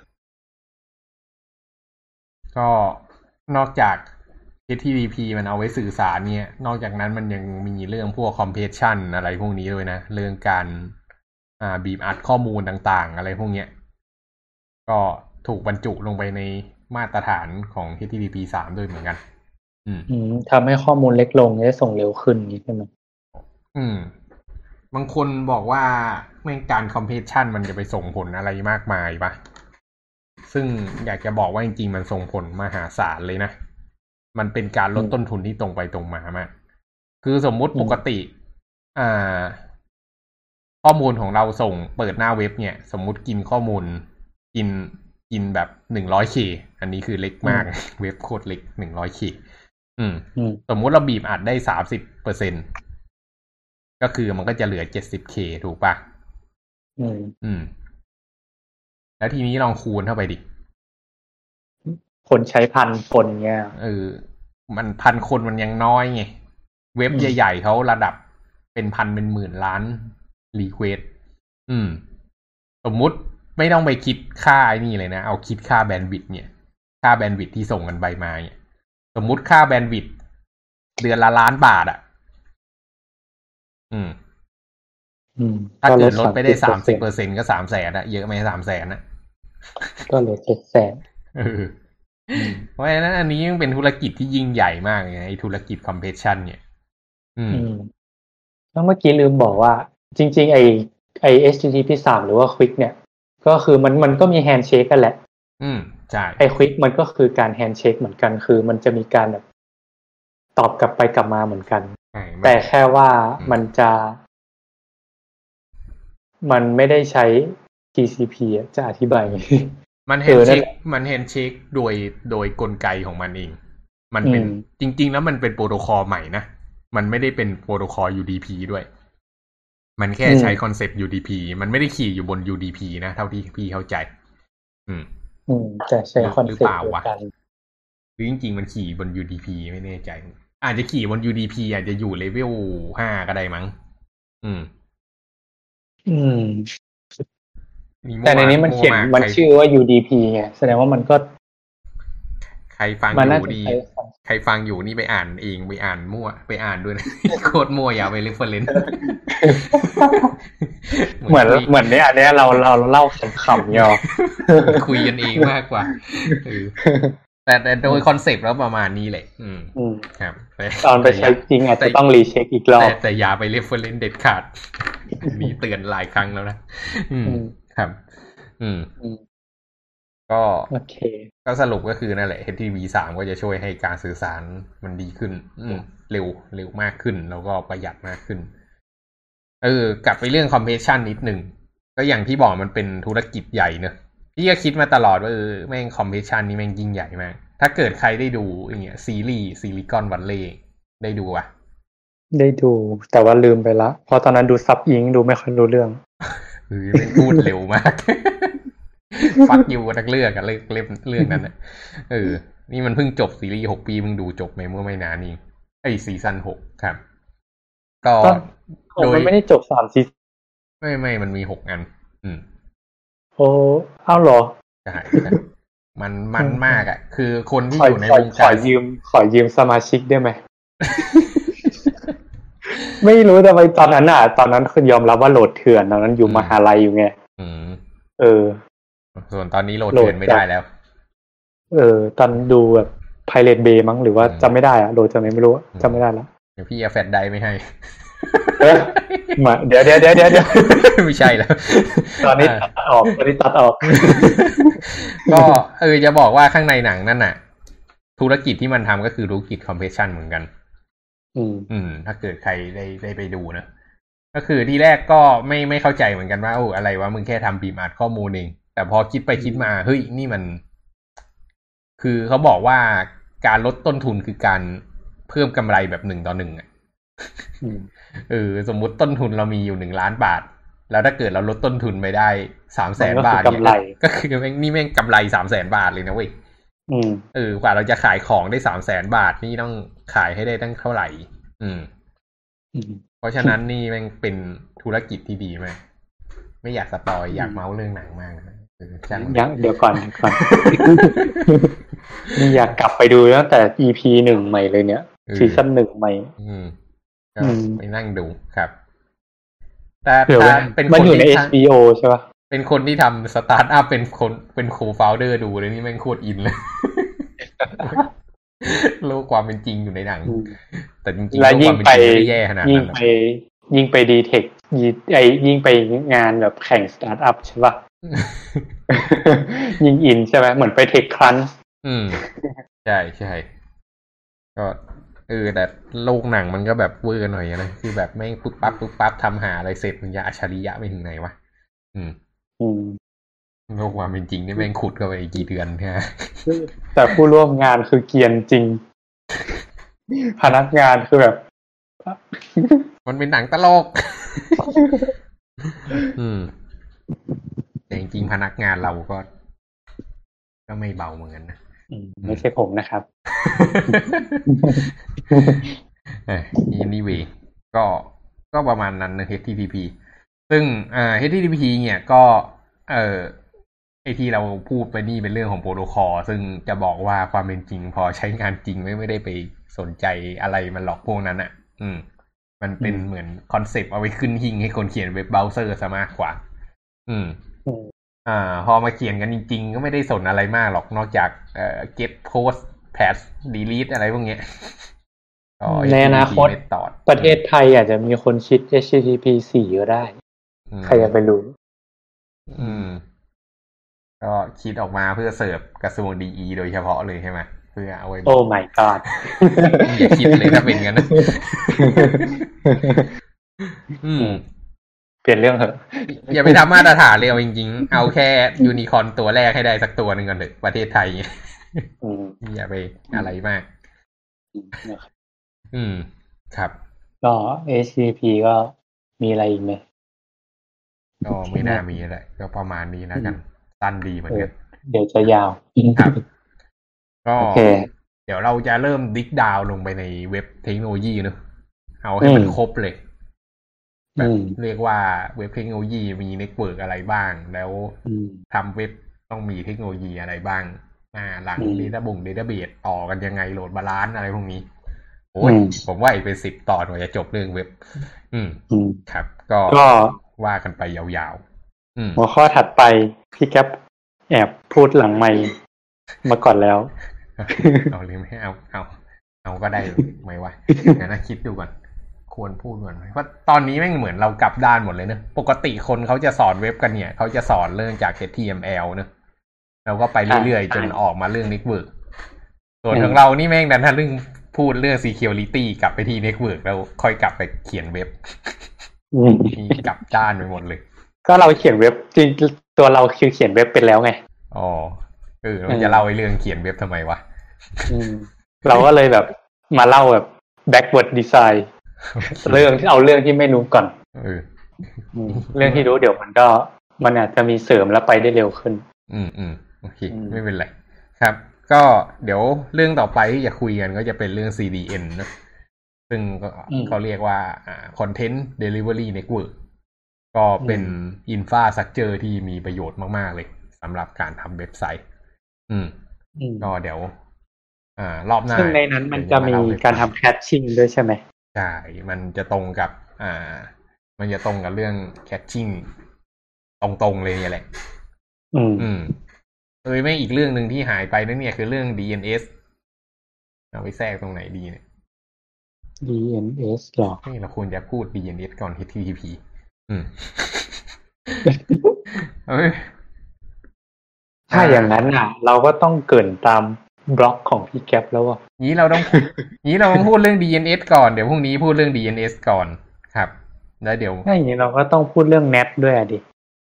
ก็นอกจาก เอช ที ที พี มันเอาไว้สื่อสารเนี่ยนอกจากนั้นมันยังมีเรื่องพวก compression อะไรพวกนี้ด้วยนะเรื่องการอ่าบีบอัดข้อมูลต่างๆอะไรพวกเนี้ยก็ถูกบรรจุลงไปในมาตรฐานของ เอช ที ที พี สามด้วยเหมือนกันอืมอืมทำให้ข้อมูลเล็กลงจะส่งเร็วขึ้นนี้ใช่ไหมอืมบางคนบอกว่าแม่งการ compression มันจะไปส่งผลอะไรมากมายปะซึ่งอยากจะบอกว่าจริงๆมันส่งผลมหาศาลเลยนะมันเป็นการลดต้นทุนที่ตรงไปตรงมามากคือสมมุติปกติอ่าข้อมูลของเราส่งเปิดหน้าเว็บเนี่ยสมมุติกินข้อมูลกินกินแบบหนึ่งร้อยเคอันนี้คือเล็กมากเว็บโคตรเล็กหนึ่งร้อยเคอืมสมมุติเราบีบอัดได้สามสิบเปอร์เซ็นต์ก็คือมันก็จะเหลือเจ็ดสิบเคถูกปะอืมอืมแล้วทีนี้ลองคูณเข้าไปดิคนใช้พันคนเงี้ยเออมันพันคนมันยังน้อยไงเว็บใหญ่ๆเขาระดับเป็นพันเป็นหมื่นล้านรีเควสอืมสมมุติไม่ต้องไปคิดค่าไอ้นี่เลยนะเอาคิดค่าแบนด์วิดต์เนี่ยค่าแบนด์วิดต์ที่ส่งกันไปมาเนี่ยสมมุติค่าแบนด์วิดต์เดือนละล้านบาทอ่ะอืมถ้าเกิดลดไปได้สามสิบเปอร์เซ็นต์ก็สามแสนอะเยอะไหมสามแสนอะก็เหลือเจ็ดแสนเออเพราะฉะนั้นอันนี้ยังเป็นธุรกิจที่ยิ่งใหญ่มากไงไอ้ธุรกิจคอมเพรสชันเนี่ย อืมแล้วเมื่อกี้ลืมบอกว่าจริงๆไอไอ เอช ที ที พี สามหรือว่า Quick เนี่ยก็คือมันมันก็มีแฮนด์เชคกันแหละอืมใช่ไอ Quick มันก็คือการแฮนด์เชคเหมือนกันคือมันจะมีการแบบตอบกลับไปกลับมาเหมือนกันแต่แค่ว่ามันจะมันไม่ได้ใช้ ที ซี พี จะอธิบายไงมันแฮนด์เชคมันแฮนด์เชคโดยโดยกลไกของมันเองมันเป็นจริงๆแล้วมันเป็นโปรโตคอลใหม่นะมันไม่ได้เป็นโปรโตคอล ยู ดี พี ด้วยมันแค่ใช้คอนเซปต์ ยู ดี พี มันไม่ได้ขี่อยู่บน ยู ดี พี นะเท่าที่พี่เข้าใจอืมอืมแต่ใช้คอนเซปต์เดียวกันหรือจริงๆมันขี่บน ยู ดี พี ไม่แน่ใจอาจจะขี่บน ยู ดี พี อาจจะอยู่เลเวลห้าก็ได้มั้งอืมอืมแต่ในนี้มันเขียนมันชื่อว่า ยู ดี พี ไงแสดงว่ามันก็ใครฟังอยู่ดีใครฟังอยู่นี่ไปอ่านเองไปอ่านมั่วไปอ่านด้วยนะโคตรมั่วอย่าไปเรฟเฟอเรนซ์เหมือนเหมือนเนี้ยอันเนี้ยเราเราเล่าขำๆยอคุยกันเองมากกว่าแต่แต่โดยคอนเซปต์แล้วประมาณนี้แหละอืมครับตอนไปใช้จริงอาจจะต้องรีเช็คอีกรอบแต่แต่อย่าไปเรฟเฟอเรนซ์เด็ดขาดมีเตือนหลายครั้งแล้วนะอืมครับอืมก็โอเคก็สรุปก็คือนั่นแหละ เอช ที ที พี สามก็จะช่วยให้การสื่อสารมันดีขึ้นอืมเร็วเร็วมากขึ้นแล้วก็ประหยัดมากขึ้นเออกลับไปเรื่องคอมเพรสชันนิดหนึ่งก็อย่างที่บอกมันเป็นธุรกิจใหญ่เนอะพี่ก็คิดมาตลอดว่าเออแม่งคอมเพรสชันนี่แม่งยิ่งใหญ่มากถ้าเกิดใครได้ดูอย่างเงี้ยซีรีส์ซิลิคอนวัลเลย์ได้ดูอ่ะได้ดูแต่ว่าลืมไปละเพราะตอนนั้นดูซับอิงดูไม่ค่อยรู้เรื่องเออแม่งพูดเร็วมากฟักยูนักเลือกกันเลือกเล่มเรื่องนั้นนะเออนี่มันเพิ่งจบซีรีส์หกปีมึงดูจบไปเมื่อไม่นานนี้ไอซีซั่นหกครับก็โดยมันไม่ได้จบสามซีไม่ไม่มันมีหกอันอืมโอ้เอาเหรอใช่มันมันมากอ่ะคือคนที่อยู่ในวงการขอยืมขอยืมสมาชิกได้ไหม ไม่รู้แต่ไปตอนนั้นอ่ะตอนนั้นคือยอมรับว่าโหลดเถื่อนตอนนั้นอยู่มหาลัยอยู่ไงเออส่วนตอนนี้โหลดเถื่อนไม่ได้แล้วเออตอนดูแบบ Pirate Bay มั้งหรือว่าจำไม่ได้อ่ะโหลดจำไม่รู้จำไม่ได้แล้วเดี๋ยวพี่เอาแฟลชไดรฟ์ไม่ให้มาเดี๋ยวเดี๋ยวเดี๋ยวเดี๋ยวไม่ใช่แล้วตอนนี้ตัดออกตอนนี้ตัดออกก็เออจะบอกว่าข้างในหนังนั่นน่ะธุรกิจที่มันทำก็คือธุรกิจคอมเพรสชันเหมือนกันอืมอืมถ้าเกิดใครได้ได้ไปดูนะก็คือที่แรกก็ไม่ไม่เข้าใจเหมือนกันว่าโอ้อะไรวะมึงแค่ทำบีมอาร์ตข้อมูลเองแต่พอคิดไปคิดมาเฮ้ยนี่มันคือเขาบอกว่าการลดต้นทุนคือการเพิ่มกำไรแบบหนึ่งต่อหนึ่งอ่ะเออสมมุติต้นทุนเรามีอยู่หนึ่งล้านบาทแล้วถ้าเกิดเราลดต้นทุนไปได้สามแสนบาทเนี่ยก็คือแม่งนี่แม่งกำไรสามแสนบาทเลยนะเว้ยเออกว่าเราจะขายของได้สามแสนบาทนี่ต้องขายให้ได้ตั้งเท่าไหร่อืมเพราะฉะนั้นนี่แม่งเป็นธุรกิจที่ดีมากไม่อยากสปอยอยากเมาส์เรื่องหนังมากนะยังเดี๋ยวก่อนก่อนนี่อยากกลับไปดูตั้งแต่ อี พี หนึ่งใหม่เลยเนี่ยซีซั่นหนึ่งใหม่อืมก็ไปนั่งดูครับแต่เป็นคนอยู่ใน เอช บี โอ ใช่ป่ะเป็นคนที่ทำสตาร์ทอัพเป็นคนเป็นโคฟาวเดอร์ดูเลยนี่แม่งโคตรอินเลยโลกความเป็นจริงอยู่ในหนังแต่จริงๆโลกความเป็นจริงไม่ได้แย่ขนาดนั้นยิ่งไปยิ่งไปดีเทคไอยิ่งไปงานแบบแข่งสตาร์ทอัพใช่ป่ะยิ่งอินใช่ไหมเหมือนไปเทคครันอืมใช่ใช่ก็เออแต่โลกหนังมันก็แบบเวอร์หน่อยนะคือแบบไม่ปุ๊บปั๊บปุ๊บปั๊บทำหาอะไรเสร็จมันจะอัจฉริยะไปถึงไหนวะอืมอืมโลกความเป็นจริงนี่แม่งขุดเข้าไปกี่เดือนใช่ไหมแต่ผู้ร่วมงานคือเกียนจริงพนักงานคือแบบมันเป็นหนังตลกอืมแต่จริงๆพนักงานเราก็ก็ไม่เบาเหมือนกันนะไม่ใช่ผมนะครับเอ่อ anyway ก็ก็ประมาณนั้นนะ เอช ที ที พี ซึ่งอ่า เอช ที ที พี เนี่ยก็เอ่อไอที่เราพูดไปนี่เป็นเรื่องของโปรโตคอลซึ่งจะบอกว่าความเป็นจริงพอใช้งานจริงไม่ไม่ได้ไปสนใจอะไรมันหรอกพวกนั้นอ่ะอืมมันเป็นเหมือนคอนเซปต์เอาไว้ขึ้นหิ้งให้คนเขียนเว็บเบราว์เซอร์ซะมากกว่าอืมอ่าพอมาเขียนกันจริงๆก็ไม่ได้สนอะไรมากหรอกนอกจากเอ่อ get post patch delete อะไรพวกเนี้ยก็ในอนาคต method ประเทศไทยอาจจะมีคนคิด เอช ที ที พี สี่ ก็ได้ใครจะไปรู้อืมก็คิดออกมาเพื่อเสิร์ฟกระทรวงดีอีโดยเฉพาะเลยใช่ไหมเพื่อเอาไว้โอ้ my god อย่าคิดเลยถ้าเป็นงั้นนะอืมเปลี่ยนเรื่องเถอะอย่าไปทำมาตรฐานเลยจริงๆเอาแค่ยูนิคอร์นตัวแรกให้ได้สักตัวหนึ่งก่อนเถอะประเทศไทยอย่าไปอะไรมากอืมครับก็ เอช ที ที พี ก็มีอะไรอีกไหมก็ไม่น่ามีแหละก็ประมาณนี้นะกันสั้นดีเหมือนกันเดี๋ยวจะยาวครับก็เดี๋ยวเราจะเริ่มดิกดาวลงไปในเว็บเทคโนโลยีเนอะเอาให้มันครบเลยแบบเรียกว่าเว็บเทคโนโลยีมีเน็ตเวิร์กอะไรบ้างแล้วทำเว็บต้องมีเทคโนโลยีอะไรบ้างอ่าหลังเดต้าบุงเดต้าเบสต่อกันยังไงโหลดบาลานซ์อะไรพวกนี้โอ้ยผมว่าอีกเป็นสิบตอนกว่าจะจบเรื่องเว็บอืมครับก็ว่ากันไปยาวๆหัวข้อถัดไปพี่แก๊ปแอบพูดหลังไมค์มาก่อนแล้วเอาเลยไม่เอาเอาเอาก็ได้ไหมวะเดี๋ยวนะคิดดูก่อนควรพูดก่อนไหมเพราะตอนนี้แม่งเหมือนเรากลับด้านหมดเลยเนอะปกติคนเขาจะสอนเว็บกันเนี่ยเขาจะสอนเรื่องจาก เอช ที เอ็ม แอล เนอะเราก็ไปเรื่อยๆจนออกมาเรื่อง Network ส่วนของเรานี่แม่งดันถ้าเรื่องพูดเรื่อง Security กลับไปที่ Network แล้วค่อยกลับไปเขียนเว็บมีกลับด้านไปหมดเลยก็เราเขียนเว็บจริงตัวเราคือเขียนเว็บเป็นแล้วไงอ๋อเออเราจะเล่าไอ้เรื่องเขียนเว็บทำไมวะเราก็เลยแบบมาเล่าแบบ backward design เรื่องที่เอาเรื่องที่ไม่รู้ก่อนเออเรื่องที่รู้เดี๋ยวมันก็มันอาจจะมีเสริมแล้วไปได้เร็วขึ้นอืมอืมโอเคไม่เป็นไรครับก็เดี๋ยวเรื่องต่อไปที่จะคุยกันก็จะเป็นเรื่อง ซี ดี เอ็น นะซึ่งเขาเรียกว่าอ่า Content Delivery Network ก็เป็น Infrastructure ที่มีประโยชน์มากๆเลยสำหรับการทำเว็บไซต์อืมก็เดี๋ยวอ่ารอบหน้าซึ่งในนั้นมันจะมีการทำแคชชิ่งด้วยใช่ไหมใช่มันจะตรงกับอ่ามันจะตรงกับเรื่องแคชชิ่งตรงๆเลยนี่แหละอืมอืมเอ้ยไม่อีกเรื่องนึงที่หายไปนั่นเนี่ยคือเรื่อง ดี เอ็น เอส เอาไปแทรกตรงไหนดีเนี่ยดี เอ็น เอส หรอนี่เราควรจะพูด ดี เอ็น เอส ก่อน เอช ที ที พี อืมเอ้ยถ้าอย่างนั้นอ่ะเราก็ต้องเกริ่นตามบล็อกของพี่แก๊ปแล้วอ่ะนี้เราต้องนี้เราต้องพูดเรื่อง ดี เอ็น เอส ก่อนเดี๋ยวพรุ่งนี้พูดเรื่อง ดี เอ็น เอส ก่อนครับแล้วเดี๋ยวถ้าอย่างนี้เราก็ต้องพูดเรื่อง เน็ต ด้วยอ่ะดิ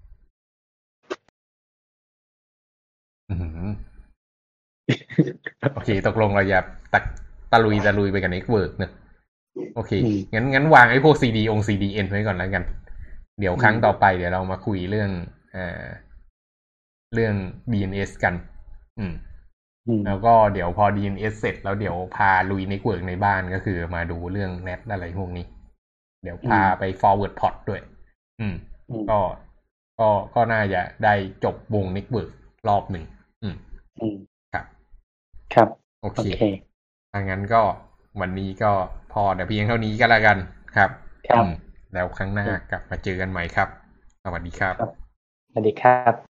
โอเคตกลงเราอย่าตักตะลุยตะลุยไปกับ Network เนอะโอเคงั้นงั้นวางไอ้พวก ซี ดี อง ซี ดี เอ็น ไว้ก่อนแล้วกันเดี๋ยวครั้งต่อไปเดี๋ยวเรามาคุยเรื่องอ่าเรื่อง ดี เอ็น เอส กันอืมแล้วก็เดี๋ยวพอ ดี เอ็น เอส เสร็จแล้วเดี๋ยวพาลุย Network ในบ้านก็คือมาดูเรื่อง เน็ต อะไรพวกนี้เดี๋ยวพาไป forward port ด้วยอืมก็ก็ก็น่าจะได้จบวง Network รอบหนึ่งอืมครับครับโอเคถ้างั้นก็วันนี้ก็พอแต่เพียงเท่านี้ก็แล้วกันครับครับแล้วครั้งหน้ากลับมาเจอกันใหม่ครับสวัสดีครับสวัสดีครับ